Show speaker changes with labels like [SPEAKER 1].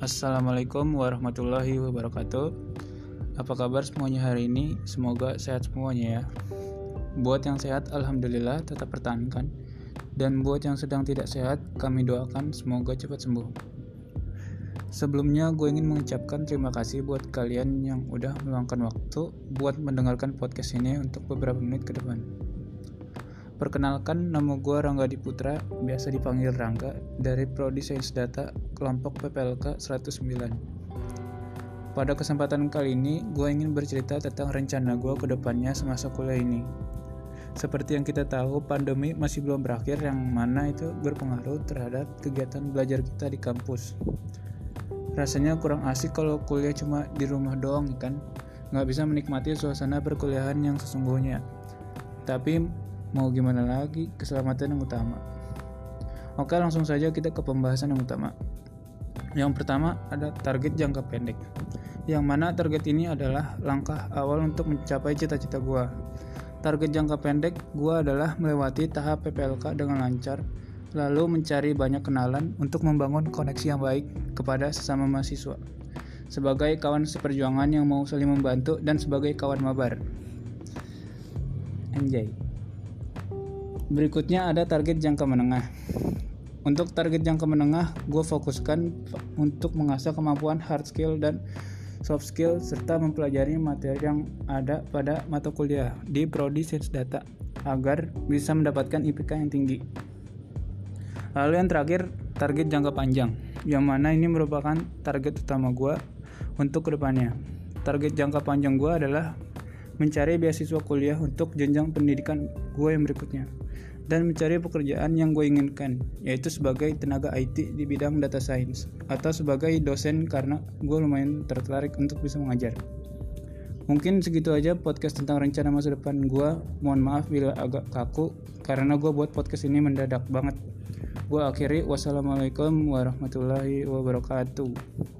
[SPEAKER 1] Assalamualaikum warahmatullahi wabarakatuh. Apa kabar semuanya hari ini? Semoga sehat semuanya ya. Buat yang sehat, alhamdulillah tetap pertahankan. Dan buat yang sedang tidak sehat, kami doakan semoga cepat sembuh. Sebelumnya gue ingin mengucapkan terima kasih buat kalian yang udah meluangkan waktu buat mendengarkan podcast ini untuk beberapa menit ke depan. Perkenalkan, nama gue Rangga Diputra, biasa dipanggil Rangga, dari Prodi Sains Data, kelompok PPLK 109. Pada kesempatan kali ini, gue ingin bercerita tentang rencana gue ke depannya semasa kuliah ini. Seperti yang kita tahu, pandemi masih belum berakhir, yang mana itu berpengaruh terhadap kegiatan belajar kita di kampus. Rasanya kurang asik kalau kuliah cuma di rumah doang kan, nggak bisa menikmati suasana perkuliahan yang sesungguhnya. Tapi mau gimana lagi, keselamatan yang utama. Oke, langsung saja kita ke pembahasan yang utama. Yang pertama ada target jangka pendek, yang mana target ini adalah langkah awal untuk mencapai cita-cita gua. Target jangka pendek gua adalah melewati tahap PPLK dengan lancar, lalu mencari banyak kenalan untuk membangun koneksi yang baik kepada sesama mahasiswa, sebagai kawan seperjuangan yang mau saling membantu, dan sebagai kawan mabar. Anjay. Berikutnya ada target jangka menengah. Untuk target jangka menengah, gue fokuskan untuk mengasah kemampuan hard skill dan soft skill serta mempelajari materi yang ada pada mata kuliah di Prodi Sains Data agar bisa mendapatkan IPK yang tinggi. Lalu yang terakhir, target jangka panjang, yang mana ini merupakan target utama gue untuk kedepannya. Target jangka panjang gue adalah mencari beasiswa kuliah untuk jenjang pendidikan gue yang berikutnya, dan mencari pekerjaan yang gue inginkan, yaitu sebagai tenaga IT di bidang data science, atau sebagai dosen karena gue lumayan tertarik untuk bisa mengajar. Mungkin segitu aja podcast tentang rencana masa depan gue. Mohon maaf bila agak kaku, karena gue buat podcast ini mendadak banget. Gue akhiri, wassalamualaikum warahmatullahi wabarakatuh.